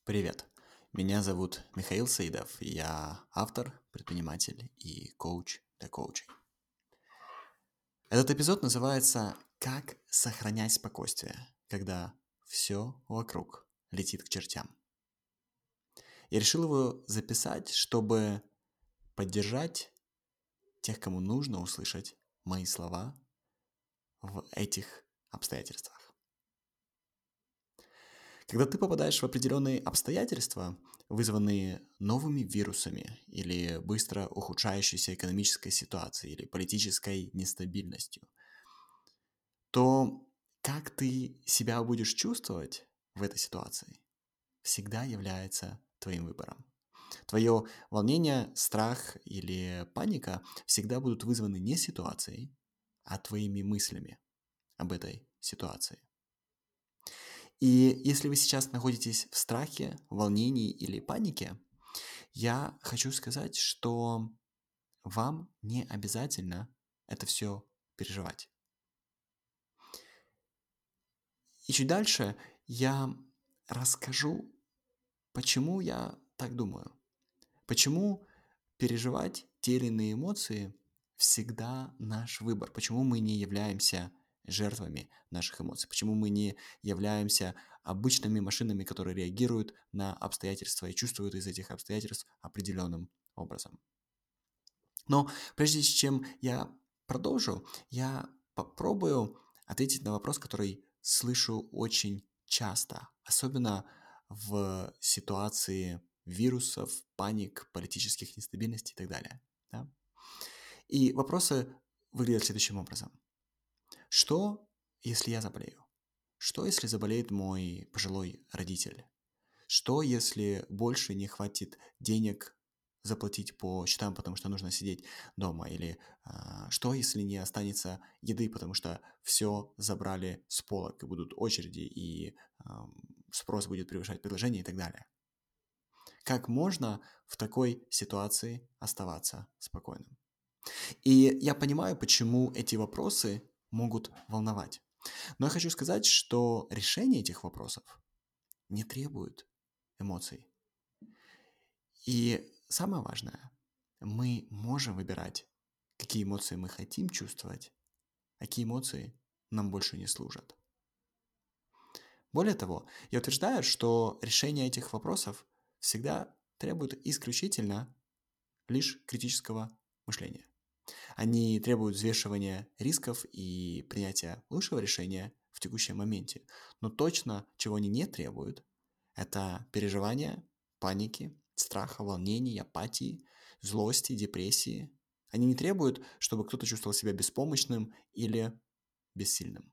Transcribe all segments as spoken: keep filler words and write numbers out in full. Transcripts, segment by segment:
Привет, меня зовут Михаил Саидов, я автор, предприниматель и коуч для коучей. Этот эпизод называется «Как сохранять спокойствие, когда все вокруг летит к чертям». Я решил его записать, чтобы поддержать тех, кому нужно услышать мои слова в этих обстоятельствах. Когда ты попадаешь в определенные обстоятельства, вызванные новыми вирусами или быстро ухудшающейся экономической ситуацией или политической нестабильностью, то как ты себя будешь чувствовать в этой ситуации, всегда является твоим выбором. Твое волнение, страх или паника всегда будут вызваны не ситуацией, а твоими мыслями об этой ситуации. И если вы сейчас находитесь в страхе, волнении или панике, я хочу сказать, что вам не обязательно это все переживать. И чуть дальше я расскажу, почему я так думаю. Почему переживать те или иные эмоции всегда наш выбор. Почему мы не являемся жертвами наших эмоций. Почему мы не являемся обычными машинами, которые реагируют на обстоятельства и чувствуют из этих обстоятельств определенным образом. Но прежде чем я продолжу, я попробую ответить на вопрос, который слышу очень часто, особенно в ситуации вирусов, паник, политических нестабильностей и так далее. Да? И вопросы выглядят следующим образом. Что, если я заболею? Что, если заболеет мой пожилой родитель? Что, если больше не хватит денег заплатить по счетам, потому что нужно сидеть дома? Или а, что, если не останется еды, потому что все забрали с полок, и будут очереди, и а, спрос будет превышать предложение и так далее? Как можно в такой ситуации оставаться спокойным? И я понимаю, почему эти вопросы могут волновать. Но я хочу сказать, что решение этих вопросов не требует эмоций. И самое важное, мы можем выбирать, какие эмоции мы хотим чувствовать, а какие эмоции нам больше не служат. Более того, я утверждаю, что решение этих вопросов всегда требует исключительно лишь критического мышления. Они требуют взвешивания рисков и принятия лучшего решения в текущем моменте. Но точно, чего они не требуют, это переживания, паники, страха, волнений, апатии, злости, депрессии. Они не требуют, чтобы кто-то чувствовал себя беспомощным или бессильным.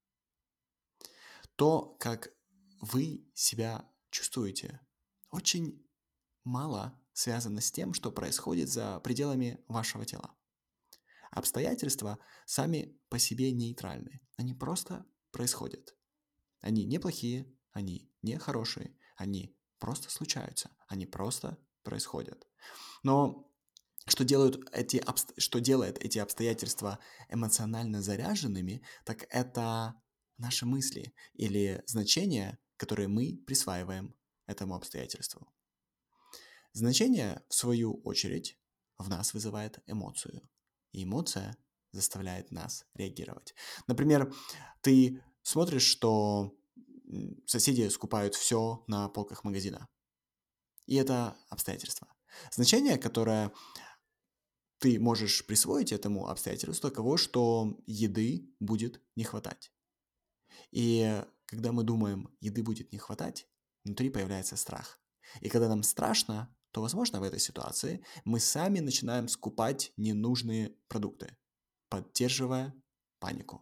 То, как вы себя чувствуете, очень мало связано с тем, что происходит за пределами вашего тела. Обстоятельства сами по себе нейтральны. Они просто происходят. Они не плохие, они не хорошие, они просто случаются, они просто происходят. Но что, делают эти, обст... что делает эти обстоятельства эмоционально заряженными, так это наши мысли или значения, которые мы присваиваем этому обстоятельству. Значение, в свою очередь, в нас вызывает эмоцию. И эмоция заставляет нас реагировать. Например, ты смотришь, что соседи скупают все на полках магазина. И это обстоятельство. Значение, которое ты можешь присвоить этому обстоятельству, таково, что еды будет не хватать. И когда мы думаем, еды будет не хватать, внутри появляется страх. И когда нам страшно, то, возможно, в этой ситуации мы сами начинаем скупать ненужные продукты, поддерживая панику.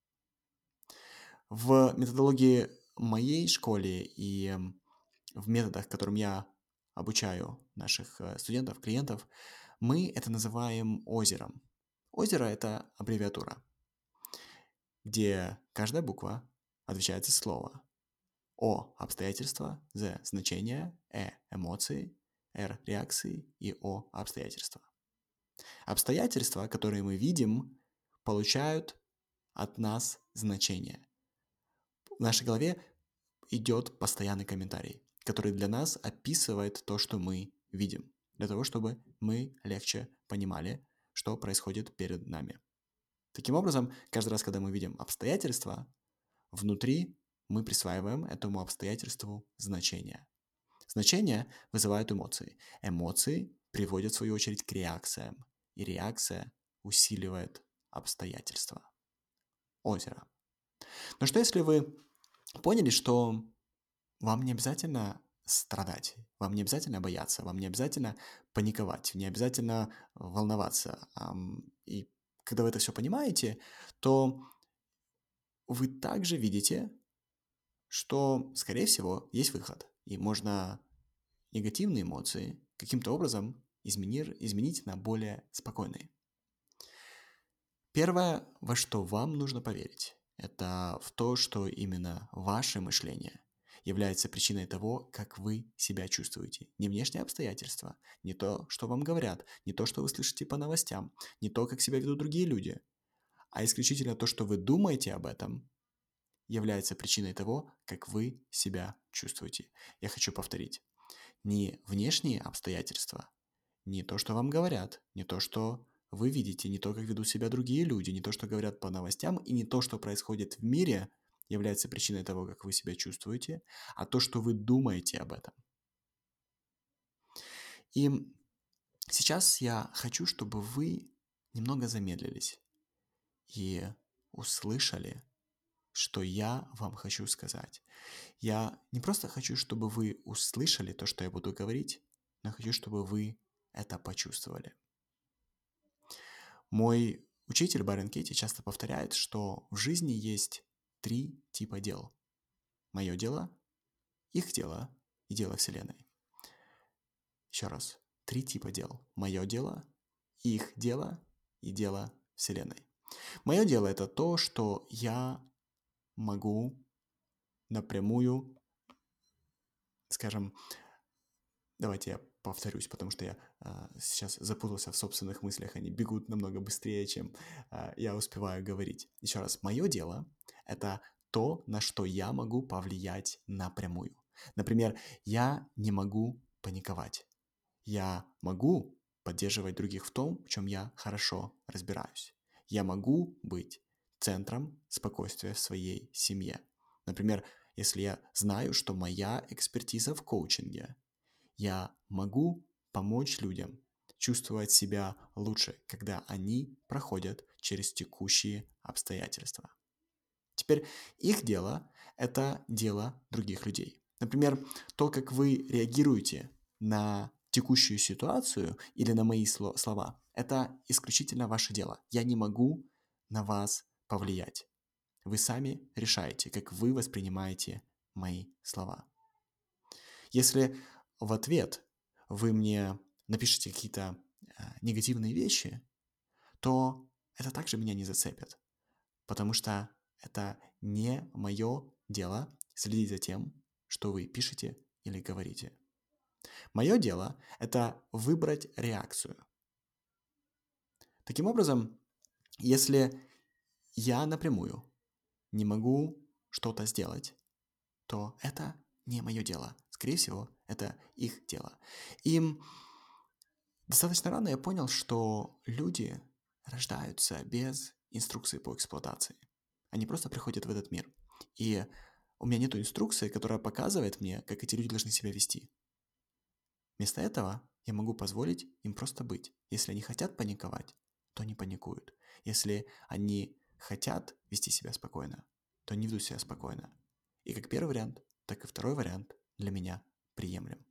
В методологии моей школе и в методах, которым я обучаю наших студентов, клиентов, мы это называем озером. Озеро – это аббревиатура, где каждая буква отвечает за слово. О – обстоятельства, З – значения, Э – эмоции, Р – реакции и О – обстоятельства. Обстоятельства, которые мы видим, получают от нас значение. В нашей голове идет постоянный комментарий. который для нас описывает то, что мы видим, для того, чтобы мы легче понимали, что происходит перед нами. Таким образом, каждый раз, когда мы видим обстоятельства, внутри мы присваиваем этому обстоятельству значение. Значения вызывают эмоции. Эмоции приводят, в свою очередь, к реакциям. И реакция усиливает обстоятельства. Озеро. Но что если вы поняли, что вам не обязательно страдать, вам не обязательно бояться, вам не обязательно паниковать, не обязательно волноваться. И когда вы это все понимаете, то вы также видите, что, скорее всего, есть выход. И можно негативные эмоции каким-то образом изменир, изменить на более спокойные. Первое, во что вам нужно поверить, это в то, что именно ваше мышление является причиной того, как вы себя чувствуете. Не внешние обстоятельства, не то, что вам говорят, не то, что вы слышите по новостям, не то, как себя ведут другие люди, а исключительно то, что вы думаете об этом, является причиной того, как вы себя чувствуете. Я хочу повторить. Не внешние обстоятельства, не то, что вам говорят, не то, что вы видите, не то, как ведут себя другие люди, не то, что говорят по новостям, и не то, что происходит в мире, является причиной того, как вы себя чувствуете, а то, что вы думаете об этом. И сейчас я хочу, чтобы вы немного замедлились и услышали, что я вам хочу сказать. Я не просто хочу, чтобы вы услышали то, что я буду говорить, но хочу, чтобы вы это почувствовали. Мой учитель Байрон Катти часто повторяет, что в жизни есть три типа дел. Мое дело, их дело и дело Вселенной. Еще раз. Три типа дел. Мое дело, их дело и дело Вселенной. Мое дело – это то, что я могу напрямую, скажем, давайте я повторюсь, потому что я а, сейчас запутался в собственных мыслях, они бегут намного быстрее, чем а, я успеваю говорить. Еще раз, мое дело – это то, на что я могу повлиять напрямую. Например, я не могу паниковать. Я могу поддерживать других в том, в чем я хорошо разбираюсь. Я могу быть центром спокойствия в своей семье. Например, если я знаю, что моя экспертиза в коучинге, я могу помочь людям чувствовать себя лучше, когда они проходят через текущие обстоятельства. Теперь их дело – это дело других людей. Например, то, как вы реагируете на текущую ситуацию или на мои слова, это исключительно ваше дело. Я не могу на вас повлиять. Вы сами решаете, как вы воспринимаете мои слова. Если в ответ вы мне напишите какие-то э, негативные вещи, то это также меня не зацепит, потому что это не мое дело следить за тем, что вы пишете или говорите. Мое дело – это выбрать реакцию. Таким образом, если я напрямую не могу что-то сделать, то это не мое дело. Скорее всего, это их дело. И достаточно рано я понял, что люди рождаются без инструкции по эксплуатации. Они просто приходят в этот мир. И у меня нет инструкции, которая показывает мне, как эти люди должны себя вести. Вместо этого я могу позволить им просто быть. Если они хотят паниковать, то они паникуют. Если они хотят вести себя спокойно, то они ведут себя спокойно. И как первый вариант, так и второй вариант для меня приемлем.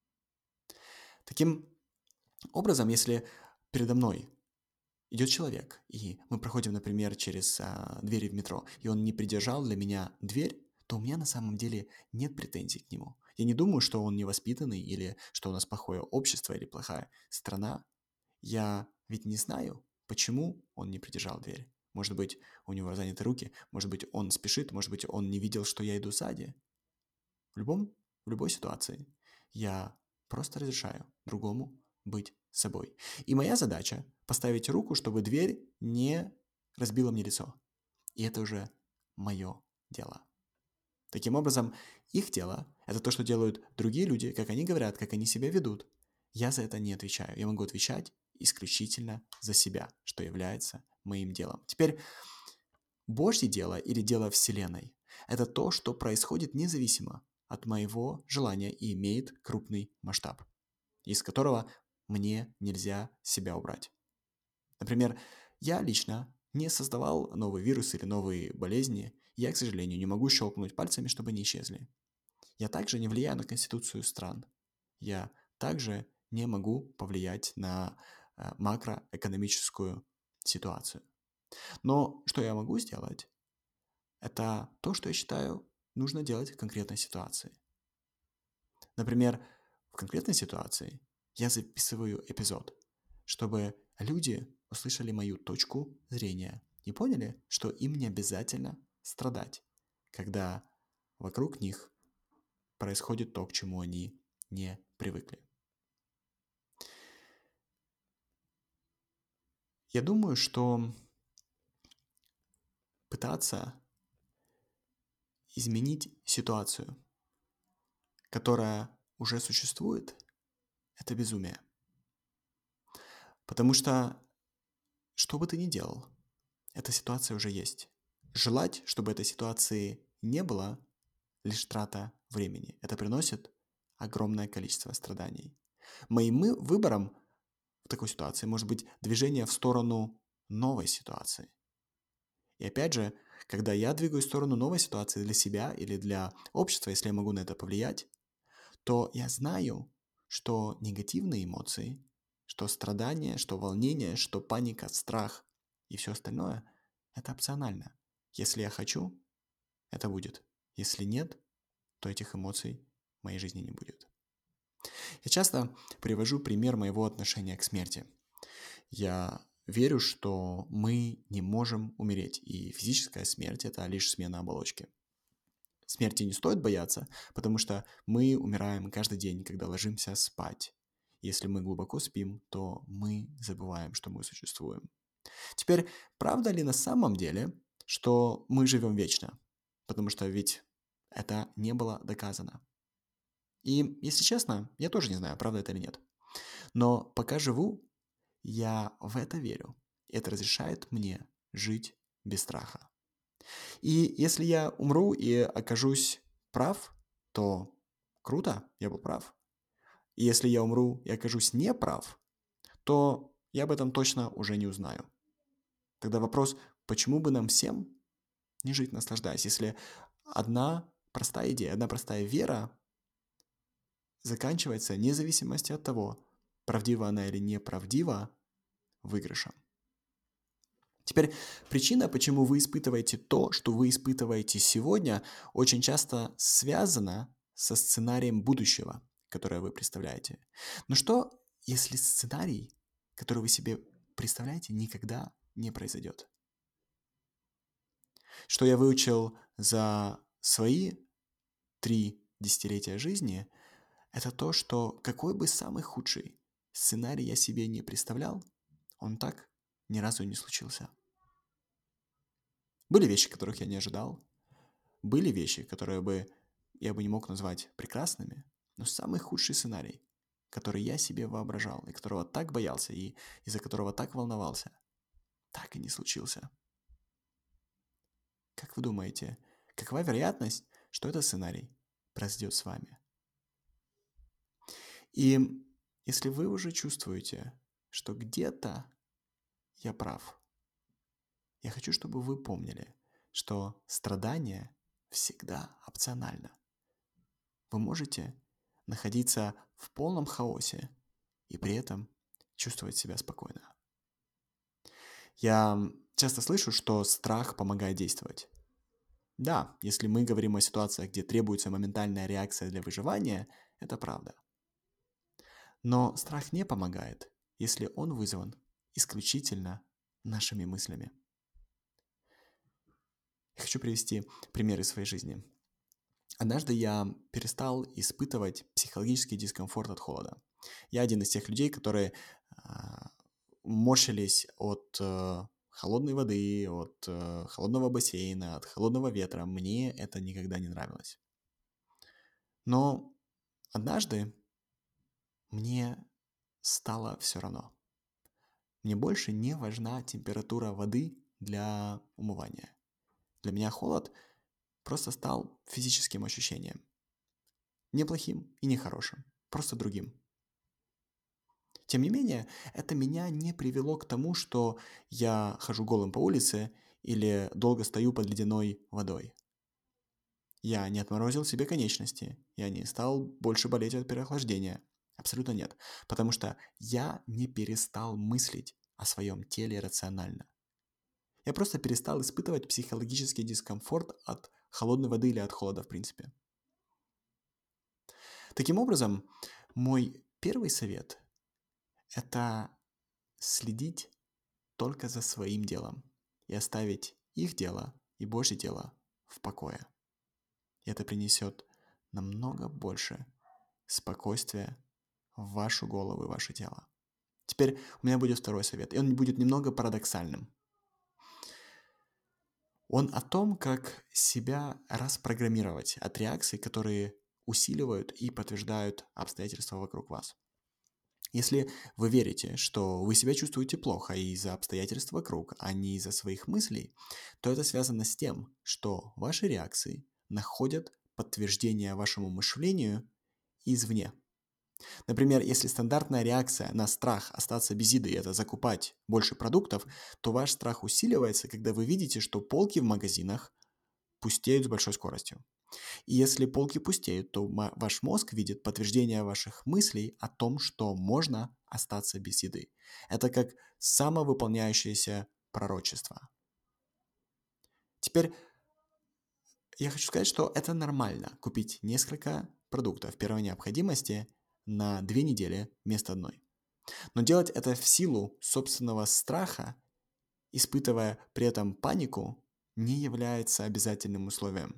Таким образом, если передо мной идет человек, и мы проходим, например, через а, двери в метро, и он не придержал для меня дверь, то у меня на самом деле нет претензий к нему. Я не думаю, что он невоспитанный, или что у нас плохое общество, или плохая страна. Я ведь не знаю, почему он не придержал дверь. Может быть, у него заняты руки, может быть, он спешит, может быть, он не видел, что я иду сзади. В любом, в любой ситуации я просто разрешаю другому быть собой. И моя задача – поставить руку, чтобы дверь не разбила мне лицо. И это уже мое дело. Таким образом, их дело – Это то, что делают другие люди, как они говорят, как они себя ведут. Я за это не отвечаю. Я могу отвечать исключительно за себя, что является моим делом. Теперь Божье дело или дело Вселенной — это то, что происходит независимо от моего желания и имеет крупный масштаб, из которого мне нельзя себя убрать. Например, я лично не создавал новый вирус или новые болезни. Я, к сожалению, не могу щелкнуть пальцами, чтобы они исчезли. Я также не влияю на конституцию стран. Я также не могу повлиять на э, макроэкономическую ситуацию. Но что я могу сделать, это то, что я считаю нужно делать в конкретной ситуации. Например, в конкретной ситуации я записываю эпизод, чтобы люди услышали мою точку зрения и поняли, что им не обязательно страдать, когда вокруг них происходит то, к чему они не привыкли. Я думаю, что пытаться изменить ситуацию, которая уже существует, это безумие. Потому что, что бы ты ни делал, эта ситуация уже есть. Желать, чтобы этой ситуации не было, лишь трата времени. Это приносит огромное количество страданий. Моим мы- выбором в такой ситуации может быть движение в сторону новой ситуации. И опять же, когда я двигаюсь в сторону новой ситуации для себя или для общества, если я могу на это повлиять, то я знаю, что негативные эмоции, что страдания, что волнение, что паника, страх и все остальное — это опционально. Если я хочу, это будет. Если нет, то этих эмоций в моей жизни не будет. Я часто привожу пример моего отношения к смерти. Я верю, что мы не можем умереть, и физическая смерть — это лишь смена оболочки. Смерти не стоит бояться, потому что мы умираем каждый день, когда ложимся спать. Если мы глубоко спим, то мы забываем, что мы существуем. Теперь, правда ли на самом деле, что мы живем вечно? Потому что ведь это не было доказано. И, если честно, я тоже не знаю, правда это или нет. Но пока живу, я в это верю. И это разрешает мне жить без страха. И если я умру и окажусь прав, то круто, я был прав. И если я умру и окажусь неправ, то я об этом точно уже не узнаю. Тогда вопрос, почему бы нам всем не жить, наслаждаясь, если одна простая идея, одна простая вера заканчивается вне зависимости от того, правдива она или неправдива, выигрышем. Теперь причина, почему вы испытываете то, что вы испытываете сегодня, очень часто связана со сценарием будущего, которое вы представляете. Но что, если сценарий, который вы себе представляете, никогда не произойдет? Что я выучил за свои три десятилетия жизни, это то, что какой бы самый худший сценарий я себе не представлял, он так ни разу не случился. Были вещи, которых я не ожидал. Были вещи, которые бы я бы не мог назвать прекрасными, но самый худший сценарий, который я себе воображал, и которого так боялся, и из-за которого так волновался, так и не случился. Как вы думаете, какова вероятность, что этот сценарий произойдет с вами? И если вы уже чувствуете, что где-то я прав, я хочу, чтобы вы помнили, что страдание всегда опционально. Вы можете находиться в полном хаосе и при этом чувствовать себя спокойно. Я часто слышу, что страх помогает действовать. Да, если мы говорим о ситуациях, где требуется моментальная реакция для выживания, это правда. Но страх не помогает, если он вызван исключительно нашими мыслями. Я хочу привести пример из своей жизни. Однажды я перестал испытывать психологический дискомфорт от холода. Я один из тех людей, которые а, морщились от э, холодной воды, от э, холодного бассейна, от холодного ветра. Мне это никогда не нравилось. Но однажды мне стало все равно. Мне больше не важна температура воды для умывания. Для меня холод просто стал физическим ощущением. Не плохим и не хорошим, просто другим. Тем не менее, это меня не привело к тому, что я хожу голым по улице или долго стою под ледяной водой. Я не отморозил себе конечности, я не стал больше болеть от переохлаждения. Абсолютно нет. Потому что я не перестал мыслить о своем теле рационально. Я просто перестал испытывать психологический дискомфорт от холодной воды или от холода, в принципе. Таким образом, мой первый совет– это следить только за своим делом и оставить их дело и Божье дело в покое. И это принесет намного больше спокойствия в вашу голову и ваше тело. Теперь у меня будет второй совет, и он будет немного парадоксальным. Он о том, как себя распрограммировать от реакций, которые усиливают и подтверждают обстоятельства вокруг вас. Если вы верите, что вы себя чувствуете плохо из-за обстоятельств вокруг, а не из-за своих мыслей, то это связано с тем, что ваши реакции находят подтверждение вашему мышлению извне. Например, если стандартная реакция на страх остаться без еды– это закупать больше продуктов, то ваш страх усиливается, когда вы видите, что полки в магазинах пустеют с большой скоростью. И если полки пустеют, то ваш мозг видит подтверждение ваших мыслей о том, что можно остаться без еды. Это как самовыполняющееся пророчество. Теперь я хочу сказать, что это нормально купить несколько продуктов первой необходимости на две недели вместо одной. Но делать это в силу собственного страха, испытывая при этом панику, не является обязательным условием.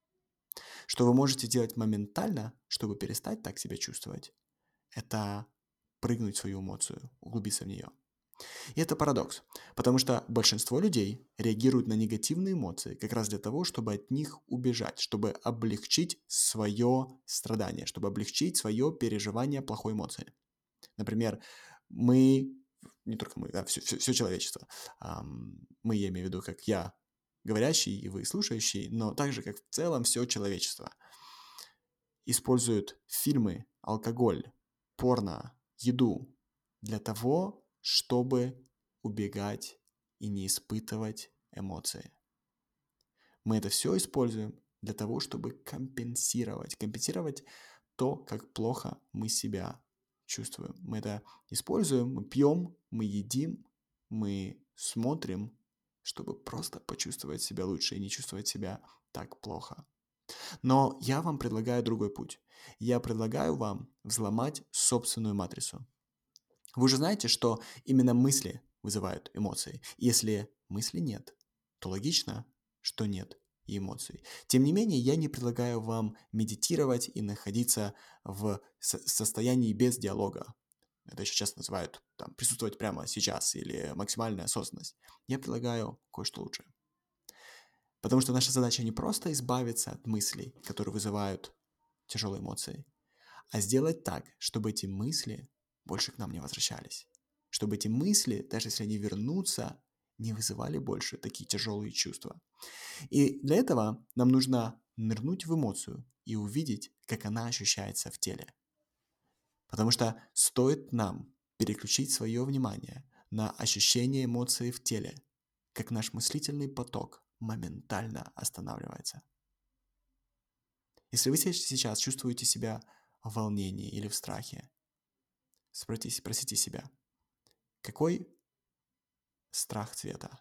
Что вы можете делать моментально, чтобы перестать так себя чувствовать, это прыгнуть в свою эмоцию, углубиться в нее. И это парадокс, потому что большинство людей реагируют на негативные эмоции как раз для того, чтобы от них убежать, чтобы облегчить свое страдание, чтобы облегчить свое переживание плохой эмоции. Например, мы, не только мы, а все, все, все человечество, мы, я имею в виду, как я, говорящий, и вы, слушающий, но также, как в целом, все человечество, используют фильмы, алкоголь, порно, еду для того, чтобы убегать и не испытывать эмоции. Мы это все используем для того, чтобы компенсировать. Компенсировать то, как плохо мы себя чувствуем. Мы это используем, мы пьем, мы едим, мы смотрим, чтобы просто почувствовать себя лучше и не чувствовать себя так плохо. Но я вам предлагаю другой путь. Я предлагаю вам взломать собственную матрицу. Вы же знаете, что именно мысли вызывают эмоции. Если мыслей нет, то логично, что нет и эмоций. Тем не менее, я не предлагаю вам медитировать и находиться в состоянии без диалога. Это еще часто называют там, присутствовать прямо сейчас или максимальная осознанность. Я предлагаю кое-что лучше. Потому что наша задача не просто избавиться от мыслей, которые вызывают тяжелые эмоции, а сделать так, чтобы эти мысли больше к нам не возвращались. Чтобы эти мысли, даже если они вернутся, не вызывали больше такие тяжелые чувства. И для этого нам нужно нырнуть в эмоцию и увидеть, как она ощущается в теле. Потому что стоит нам переключить свое внимание на ощущение эмоций в теле, как наш мыслительный поток моментально останавливается. Если вы сейчас чувствуете себя в волнении или в страхе, спросите, спросите себя, какой страх цвета?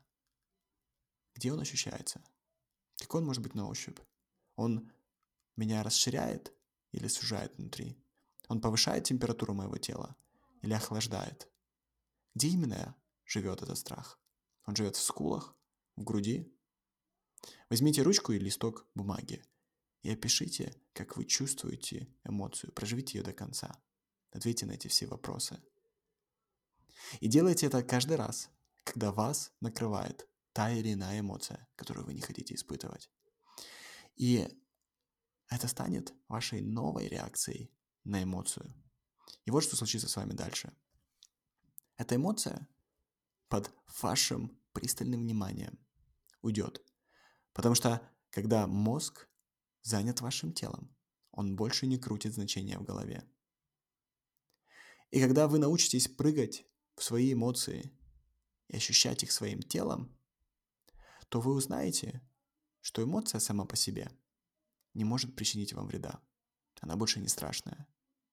Где он ощущается? Какой он может быть на ощупь? Он меня расширяет или сужает внутри? Он повышает температуру моего тела или охлаждает? Где именно живет этот страх? Он живет в скулах, в груди? Возьмите ручку и листок бумаги и опишите, как вы чувствуете эмоцию. Проживите ее до конца. Ответьте на эти все вопросы. И делайте это каждый раз, когда вас накрывает та или иная эмоция, которую вы не хотите испытывать. И это станет вашей новой реакцией на эмоцию. И вот что случится с вами дальше. Эта эмоция под вашим пристальным вниманием уйдет. Потому что когда мозг занят вашим телом, он больше не крутит значения в голове. И когда вы научитесь прыгать в свои эмоции и ощущать их своим телом, то вы узнаете, что эмоция сама по себе не может причинить вам вреда. Она больше не страшная.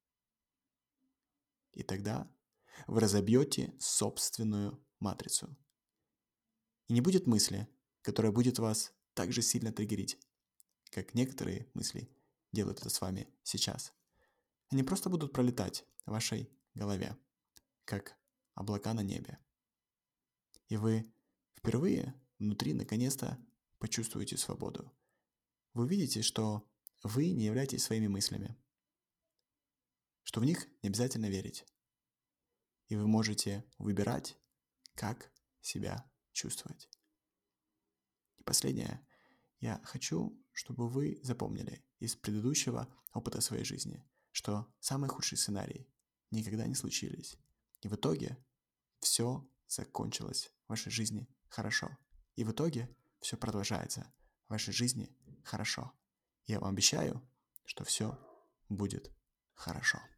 И тогда вы разобьете собственную матрицу. И не будет мысли, которая будет вас так же сильно триггерить, как некоторые мысли делают это с вами сейчас. Они просто будут пролетать в вашей голове, как облака на небе. И вы впервые внутри наконец-то почувствуете свободу. Вы увидите, что вы не являетесь своими мыслями, что в них не обязательно верить. И вы можете выбирать, как себя чувствовать. И последнее. Я хочу, чтобы вы запомнили из предыдущего опыта своей жизни, что самые худшие сценарии никогда не случились. И в итоге все закончилось в вашей жизни хорошо. И в итоге все продолжается в вашей жизни хорошо. Я вам обещаю, что все будет хорошо.